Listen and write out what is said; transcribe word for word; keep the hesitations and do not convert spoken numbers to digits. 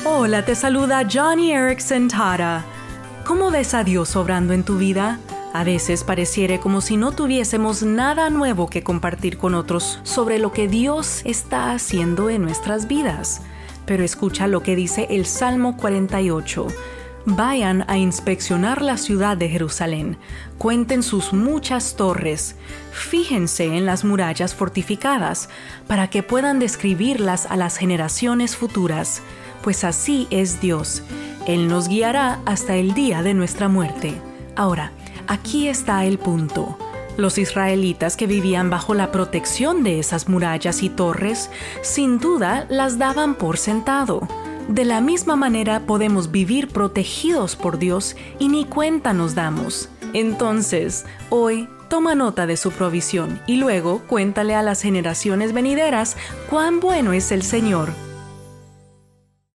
Hola, te saluda Johnny Erickson Tara. ¿Cómo ves a Dios obrando en tu vida? A veces pareciera como si no tuviésemos nada nuevo que compartir con otros sobre lo que Dios está haciendo en nuestras vidas. Pero escucha lo que dice el Salmo cuarenta y ocho. Vayan a inspeccionar la ciudad de Jerusalén, cuenten sus muchas torres, fíjense en las murallas fortificadas, para que puedan describirlas a las generaciones futuras, pues así es Dios. Él nos guiará hasta el día de nuestra muerte. Ahora, aquí está el punto. Los israelitas que vivían bajo la protección de esas murallas y torres, sin duda las daban por sentado. De la misma manera podemos vivir protegidos por Dios y ni cuenta nos damos. Entonces, hoy, toma nota de su provisión y luego cuéntale a las generaciones venideras cuán bueno es el Señor.